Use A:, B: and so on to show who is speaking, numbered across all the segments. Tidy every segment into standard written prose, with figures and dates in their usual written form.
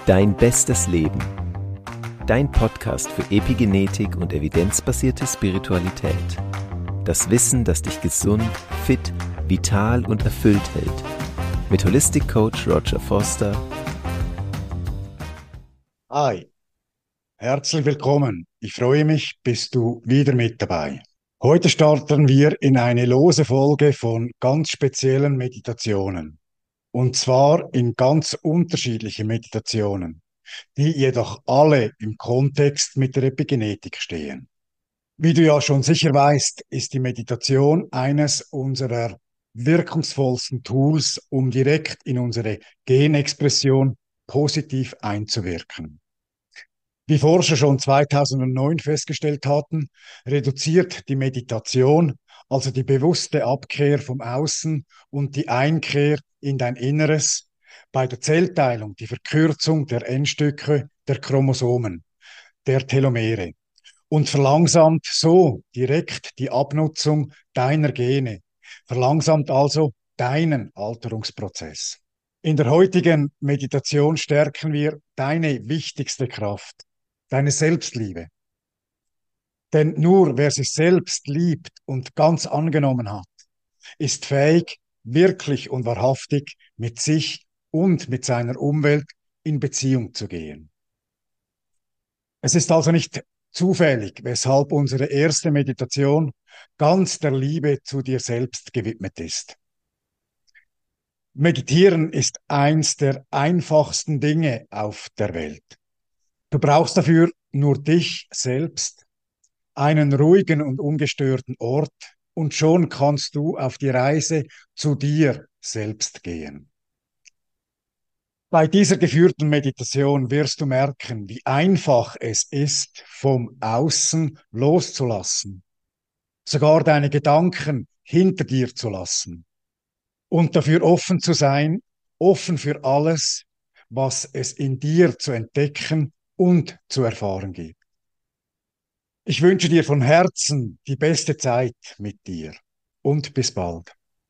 A: Dein bestes Leben. Dein Podcast für Epigenetik und evidenzbasierte Spiritualität. Das Wissen, das dich gesund, fit, vital und erfüllt hält. Mit Holistic Coach Roger Foster.
B: Hi, herzlich willkommen. Ich freue mich, bist du wieder mit dabei. Heute starten wir in eine lose Folge von ganz speziellen Meditationen. Und zwar in ganz unterschiedliche Meditationen, die jedoch alle im Kontext mit der Epigenetik stehen. Wie du ja schon sicher weißt, ist die Meditation eines unserer wirkungsvollsten Tools, um direkt in unsere Genexpression positiv einzuwirken. Wie Forscher schon 2009 festgestellt hatten, reduziert die Meditation, also die bewusste Abkehr vom Außen und die Einkehr in dein Inneres, bei der Zellteilung die Verkürzung der Endstücke der Chromosomen, der Telomere, und verlangsamt so direkt die Abnutzung deiner Gene, verlangsamt also deinen Alterungsprozess. In der heutigen Meditation stärken wir deine wichtigste Kraft, deine Selbstliebe. Denn nur wer sich selbst liebt und ganz angenommen hat, ist fähig, wirklich und wahrhaftig mit sich und mit seiner Umwelt in Beziehung zu gehen. Es ist also nicht zufällig, weshalb unsere erste Meditation ganz der Liebe zu dir selbst gewidmet ist. Meditieren ist eins der einfachsten Dinge auf der Welt. Du brauchst dafür nur dich selbst, einen ruhigen und ungestörten Ort, und schon kannst du auf die Reise zu dir selbst gehen. Bei dieser geführten Meditation wirst du merken, wie einfach es ist, vom Außen loszulassen, sogar deine Gedanken hinter dir zu lassen und dafür offen zu sein, offen für alles, was es in dir zu entdecken und zu erfahren gibt. Ich wünsche dir von Herzen die beste Zeit mit dir und bis bald.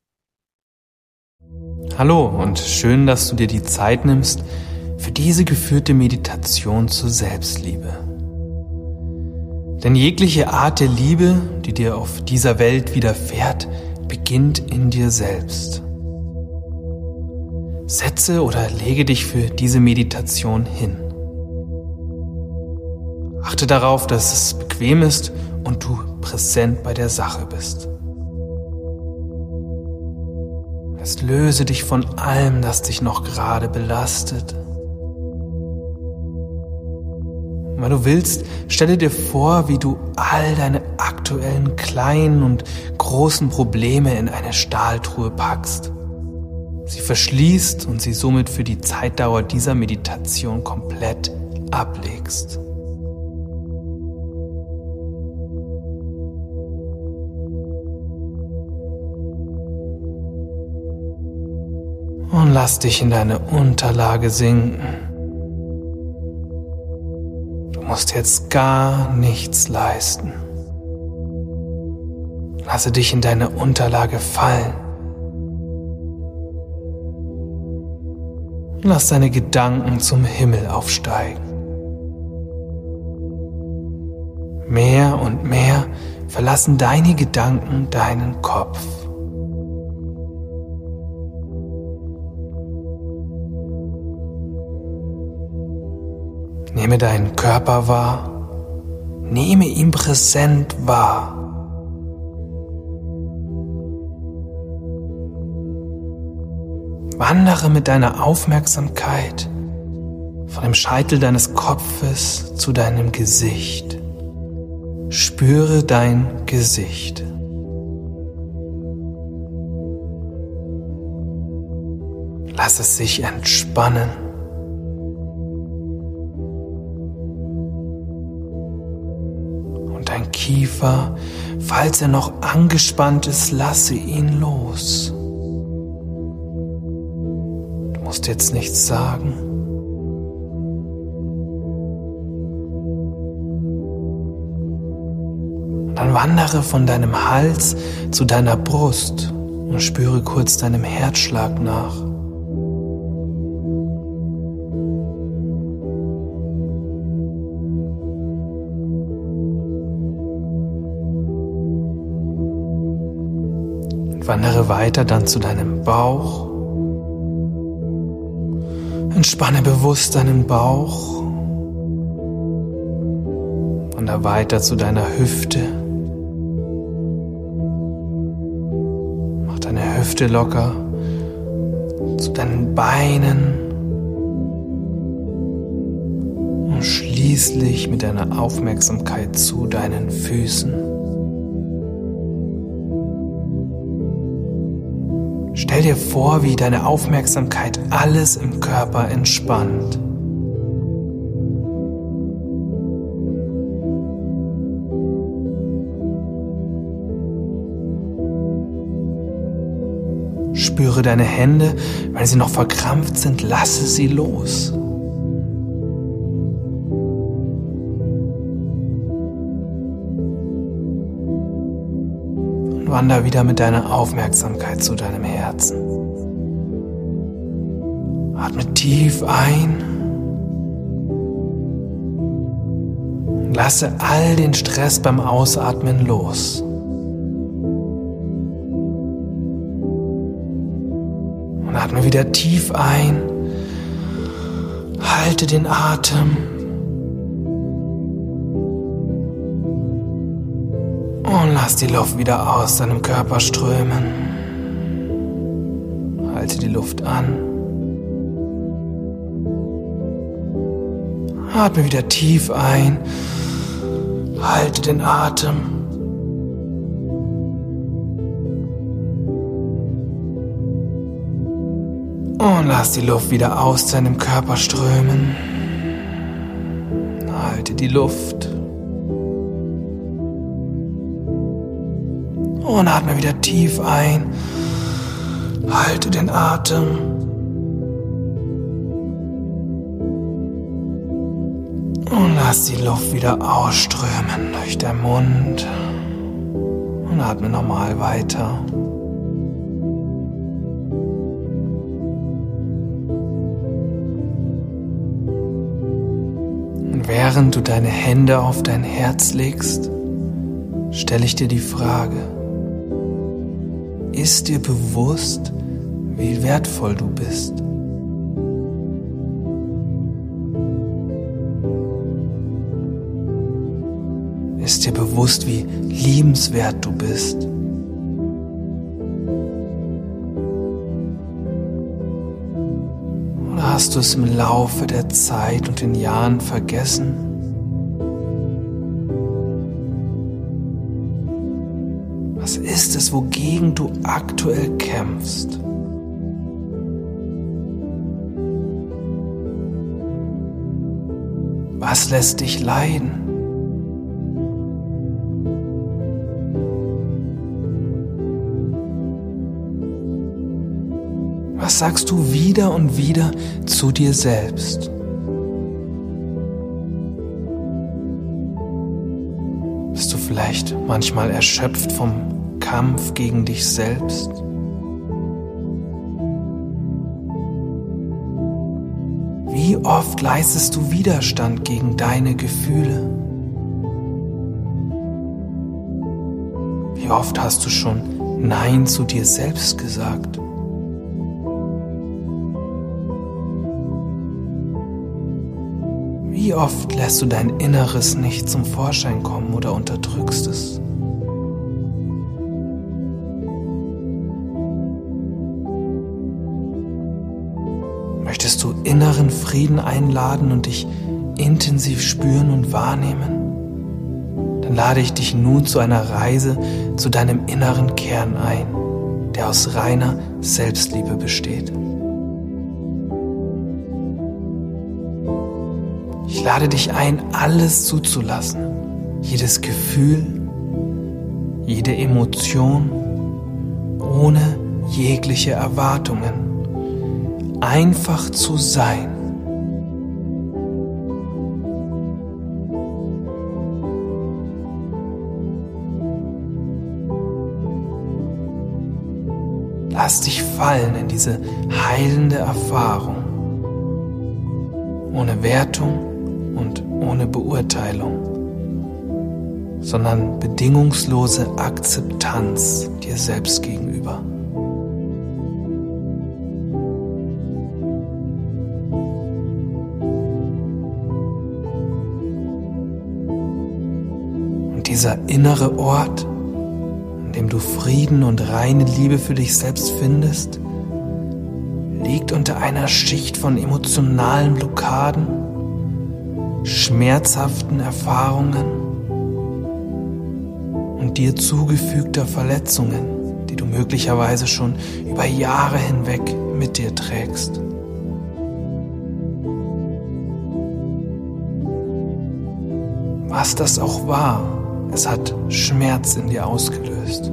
C: Hallo und schön, dass du dir die Zeit nimmst für diese geführte Meditation zur Selbstliebe. Denn jegliche Art der Liebe, die dir auf dieser Welt widerfährt, beginnt in dir selbst. Setze oder lege dich für diese Meditation hin. Achte darauf, dass es bequem ist und du präsent bei der Sache bist. Jetzt löse dich von allem, das dich noch gerade belastet. Wenn du willst, stelle dir vor, wie du all deine aktuellen kleinen und großen Probleme in eine Stahltruhe packst, sie verschließt und sie somit für die Zeitdauer dieser Meditation komplett ablegst. Und lass dich in deine Unterlage sinken. Du musst jetzt gar nichts leisten. Lasse dich in deine Unterlage fallen. Lass deine Gedanken zum Himmel aufsteigen. Mehr und mehr verlassen deine Gedanken deinen Kopf. Nehme deinen Körper wahr, nehme ihn präsent wahr. Wandere mit deiner Aufmerksamkeit von dem Scheitel deines Kopfes zu deinem Gesicht. Spüre dein Gesicht. Lass es sich entspannen. Dein Kiefer, falls er noch angespannt ist, lasse ihn los. Du musst jetzt nichts sagen. Dann wandere von deinem Hals zu deiner Brust und spüre kurz deinem Herzschlag nach. Wandere weiter dann zu deinem Bauch. Entspanne bewusst deinen Bauch. Wandere weiter zu deiner Hüfte. Mach deine Hüfte locker. Zu deinen Beinen. Und schließlich mit deiner Aufmerksamkeit zu deinen Füßen. Stell dir vor, wie deine Aufmerksamkeit alles im Körper entspannt. Spüre deine Hände, wenn sie noch verkrampft sind, lasse sie los. Und wandere wieder mit deiner Aufmerksamkeit zu deinem Herzen. Atme tief ein. Und lasse all den Stress beim Ausatmen los. Atme wieder tief ein, halte den Atem und lass die Luft wieder aus deinem Körper strömen. Halte die Luft an. Atme wieder tief ein, halte den Atem. Und lass die Luft wieder aus deinem Körper strömen. Halte die Luft. Und atme wieder tief ein. Halte den Atem. Und lass die Luft wieder ausströmen durch den Mund. Und atme normal weiter. Während du deine Hände auf dein Herz legst, stelle ich dir die Frage: Ist dir bewusst, wie wertvoll du bist? Ist dir bewusst, wie liebenswert du bist? Hast du es im Laufe der Zeit und den Jahren vergessen? Was ist es, wogegen du aktuell kämpfst? Was lässt dich leiden? Was sagst du wieder und wieder zu dir selbst? Bist du vielleicht manchmal erschöpft vom Kampf gegen dich selbst? Wie oft leistest du Widerstand gegen deine Gefühle? Wie oft hast du schon Nein zu dir selbst gesagt? Wie oft lässt du dein Inneres nicht zum Vorschein kommen oder unterdrückst es? Möchtest du inneren Frieden einladen und dich intensiv spüren und wahrnehmen? Dann lade ich dich nun zu einer Reise zu deinem inneren Kern ein, der aus reiner Selbstliebe besteht. Ich lade dich ein, alles zuzulassen, jedes Gefühl, jede Emotion, ohne jegliche Erwartungen, einfach zu sein. Lass dich fallen in diese heilende Erfahrung, ohne Wertung und ohne Beurteilung. sondern bedingungslose Akzeptanz dir selbst gegenüber. Und dieser innere Ort, an dem du Frieden und reine Liebe für dich selbst findest, liegt unter einer Schicht von emotionalen Blockaden, schmerzhaften Erfahrungen und dir zugefügter Verletzungen, die du möglicherweise schon über Jahre hinweg mit dir trägst. Was das auch war, es hat Schmerz in dir ausgelöst.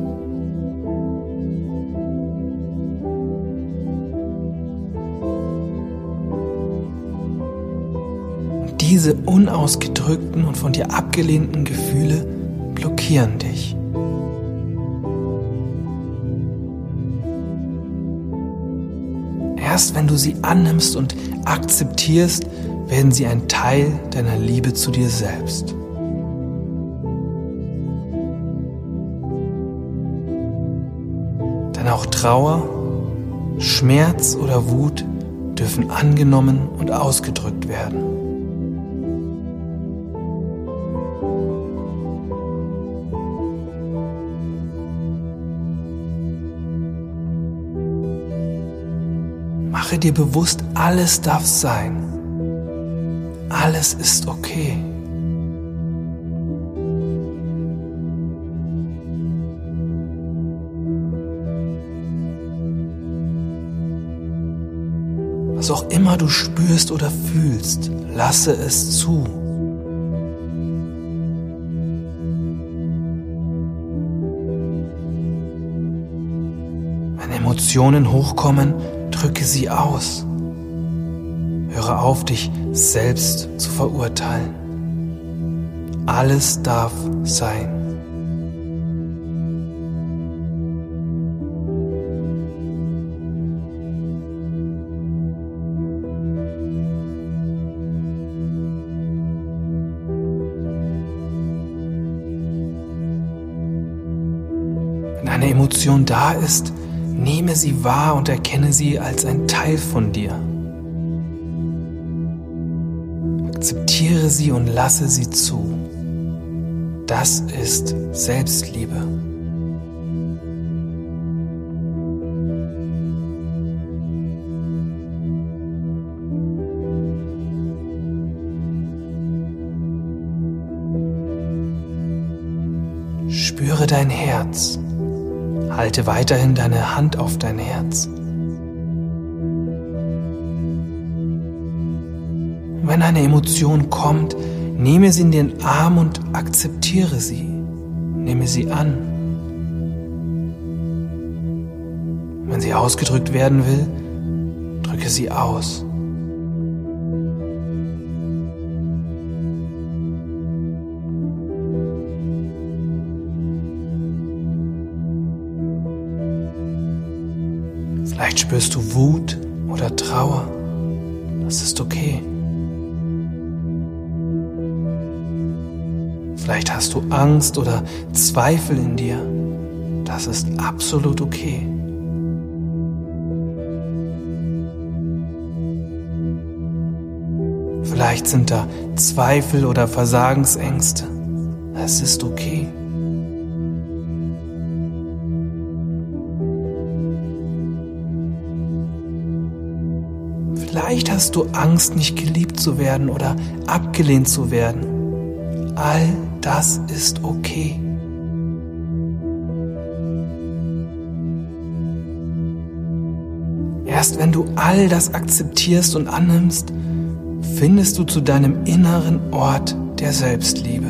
C: Diese unausgedrückten und von dir abgelehnten Gefühle blockieren dich. Erst wenn du sie annimmst und akzeptierst, werden sie ein Teil deiner Liebe zu dir selbst. Denn auch Trauer, Schmerz oder Wut dürfen angenommen und ausgedrückt werden. Mache dir bewusst, alles darf sein. Alles ist okay. Was auch immer du spürst oder fühlst, lasse es zu. Wenn Emotionen hochkommen, drücke sie aus. Höre auf, dich selbst zu verurteilen. Alles darf sein. Wenn eine Emotion da ist, nehme sie wahr und erkenne sie als ein Teil von dir. Akzeptiere sie und lasse sie zu. Das ist Selbstliebe. Spüre dein Herz. Halte weiterhin deine Hand auf dein Herz. Wenn eine Emotion kommt, nehme sie in den Arm und akzeptiere sie. Nehme sie an. Wenn sie ausgedrückt werden will, drücke sie aus. Vielleicht spürst du Wut oder Trauer. Das ist okay. Vielleicht hast du Angst oder Zweifel in dir. Das ist absolut okay. Vielleicht sind da Zweifel oder Versagensängste. Es ist okay. Vielleicht hast du Angst, nicht geliebt zu werden oder abgelehnt zu werden. All das ist okay. Erst wenn du all das akzeptierst und annimmst, findest du zu deinem inneren Ort der Selbstliebe.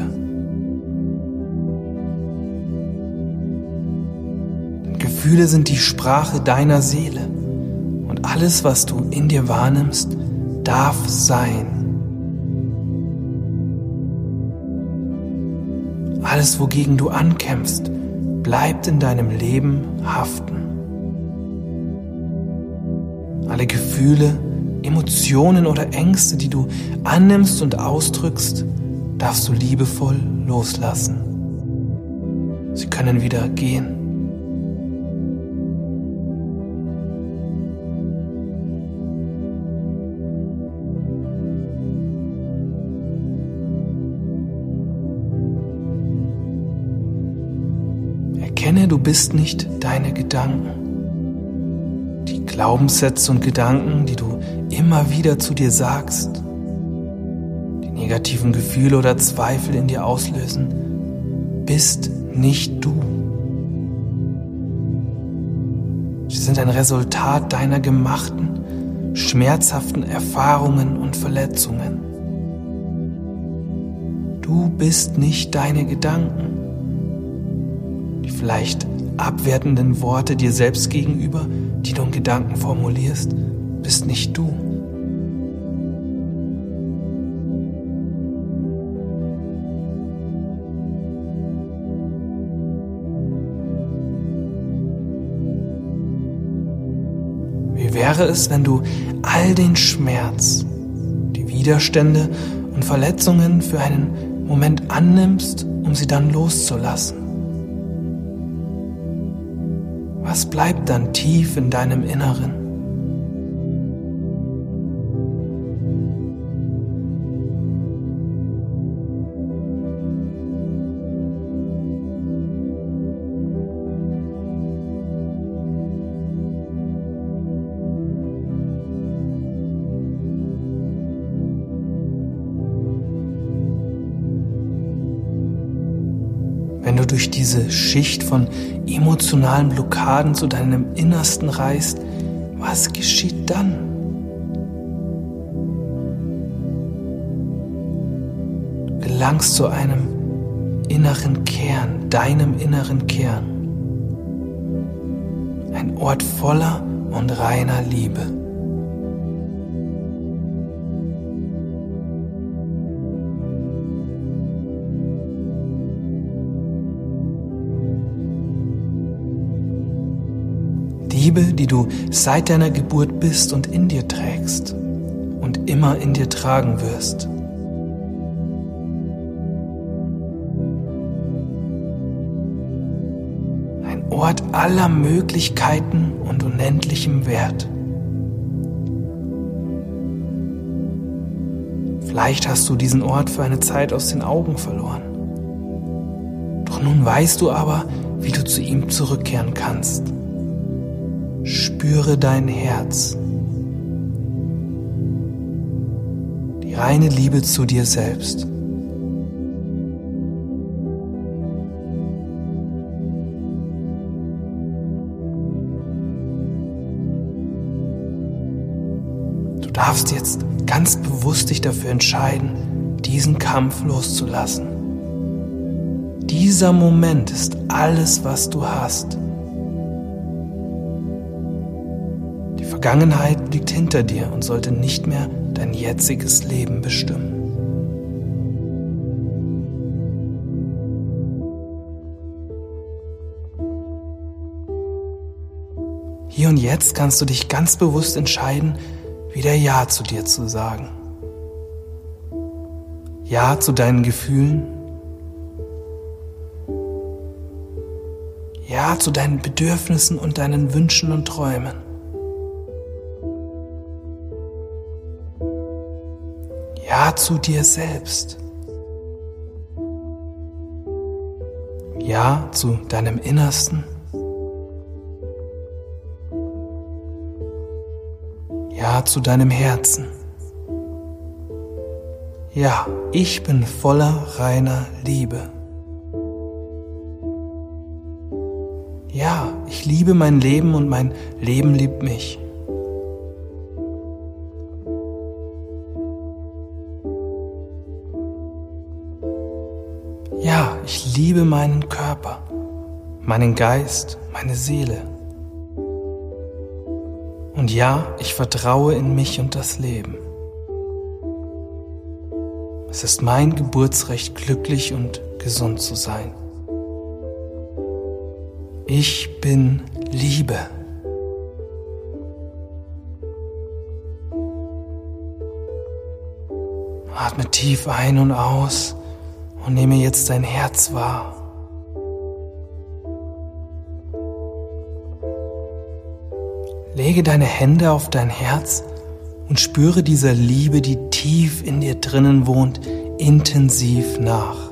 C: Gefühle sind die Sprache deiner Seele. Und alles, was du in dir wahrnimmst, darf sein. Alles, wogegen du ankämpfst, bleibt in deinem Leben haften. Alle Gefühle, Emotionen oder Ängste, die du annimmst und ausdrückst, darfst du liebevoll loslassen. Sie können wieder gehen. Erkenne, du bist nicht deine Gedanken. Die Glaubenssätze und Gedanken, die du immer wieder zu dir sagst, die negativen Gefühle oder Zweifel in dir auslösen, bist nicht du. Sie sind ein Resultat deiner gemachten, schmerzhaften Erfahrungen und Verletzungen. Du bist nicht deine Gedanken. Die vielleicht abwertenden Worte dir selbst gegenüber, die du in Gedanken formulierst, bist nicht du. Wie wäre es, wenn du all den Schmerz, die Widerstände und Verletzungen für einen Moment annimmst, um sie dann loszulassen? Was bleibt dann tief in deinem Inneren? Wenn du durch diese Schicht von emotionalen Blockaden zu deinem Innersten reist, was geschieht dann? Du gelangst zu einem inneren Kern, deinem inneren Kern. Ein Ort voller und reiner Liebe. Liebe, die du seit deiner Geburt bist und in dir trägst und immer in dir tragen wirst. Ein Ort aller Möglichkeiten und unendlichem Wert. Vielleicht hast du diesen Ort für eine Zeit aus den Augen verloren. Doch nun weißt du aber, wie du zu ihm zurückkehren kannst. Spüre dein Herz, die reine Liebe zu dir selbst. Du darfst jetzt ganz bewusst dich dafür entscheiden, diesen Kampf loszulassen. Dieser Moment ist alles, was du hast. Die Vergangenheit liegt hinter dir und sollte nicht mehr dein jetziges Leben bestimmen. Hier und jetzt kannst du dich ganz bewusst entscheiden, wieder Ja zu dir zu sagen. Ja zu deinen Gefühlen. Ja zu deinen Bedürfnissen und deinen Wünschen und Träumen. Ja zu dir selbst. Ja zu deinem Innersten. Ja zu deinem Herzen. Ja, ich bin voller reiner Liebe. Ja, ich liebe mein Leben und mein Leben liebt mich. Ja, ich liebe meinen Körper, meinen Geist, meine Seele. Und ja, ich vertraue in mich und das Leben. Es ist mein Geburtsrecht, glücklich und gesund zu sein. Ich bin Liebe. Atme tief ein und aus und nehme jetzt dein Herz wahr. Lege deine Hände auf dein Herz und spüre dieser Liebe, die tief in dir drinnen wohnt, intensiv nach.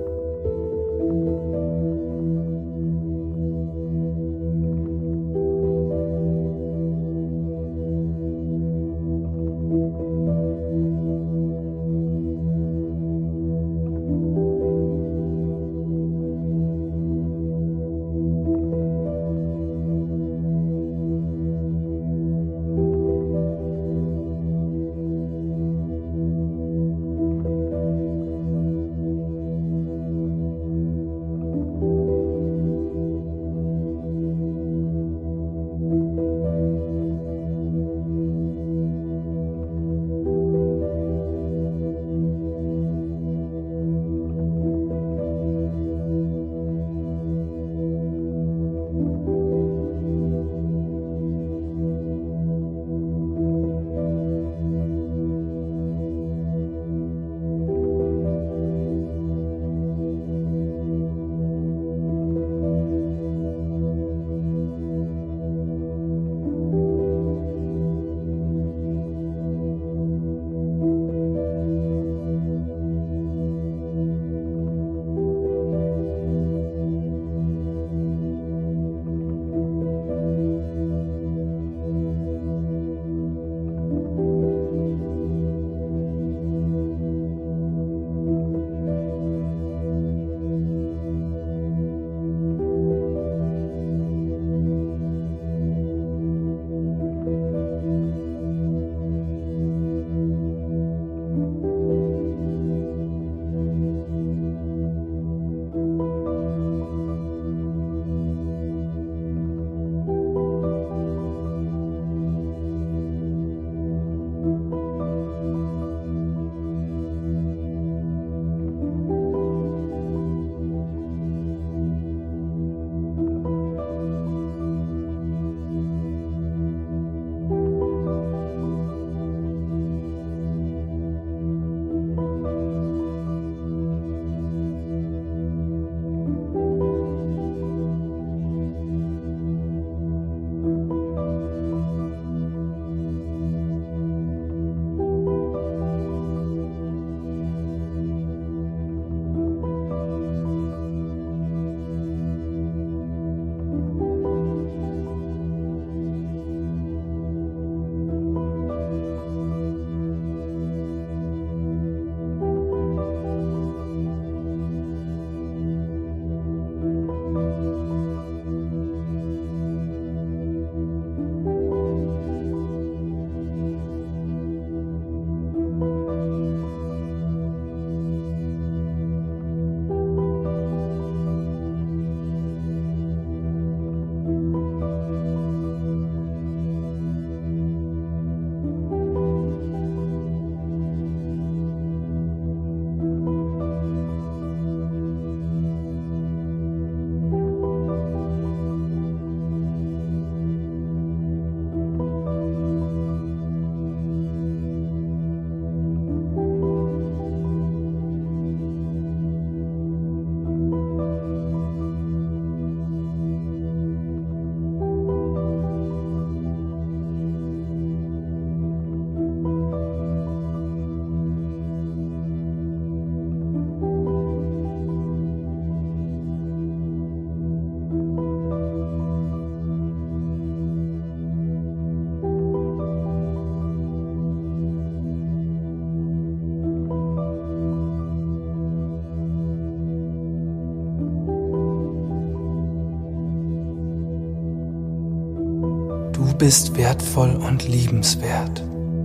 C: Du bist wertvoll und liebenswert.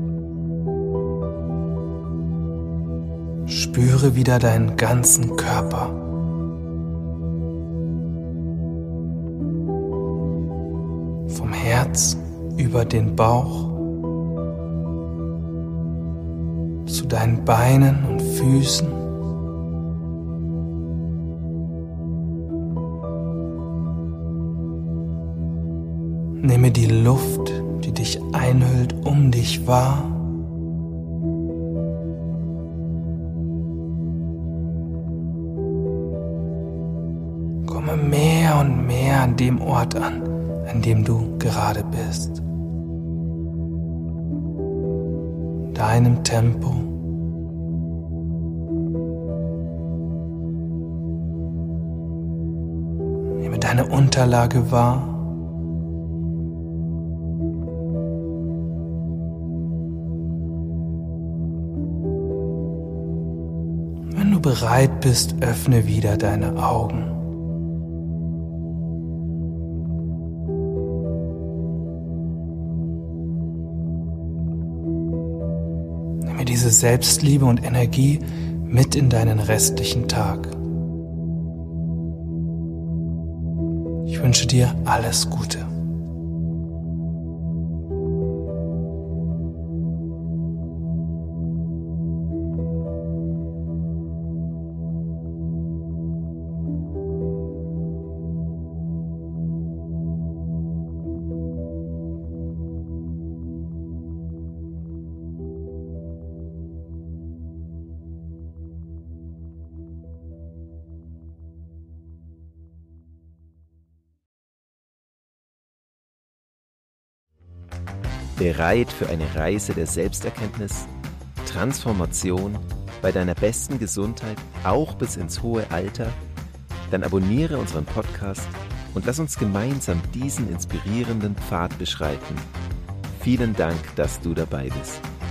C: Spüre wieder deinen ganzen Körper. Vom Herz über den Bauch zu deinen Beinen und Füßen. Nehme die Luft, die dich einhüllt, um dich wahr. Komme mehr und mehr an dem Ort an dem du gerade bist. deinem Tempo. Nehme deine Unterlage wahr. Wenn du bereit bist, öffne wieder deine Augen. Nimm diese Selbstliebe und Energie mit in deinen restlichen Tag. Ich wünsche dir alles Gute.
A: Bereit für eine Reise der Selbsterkenntnis, Transformation bei deiner besten Gesundheit, auch bis ins hohe Alter? Dann abonniere unseren Podcast und lass uns gemeinsam diesen inspirierenden Pfad beschreiten. Vielen Dank, dass du dabei bist.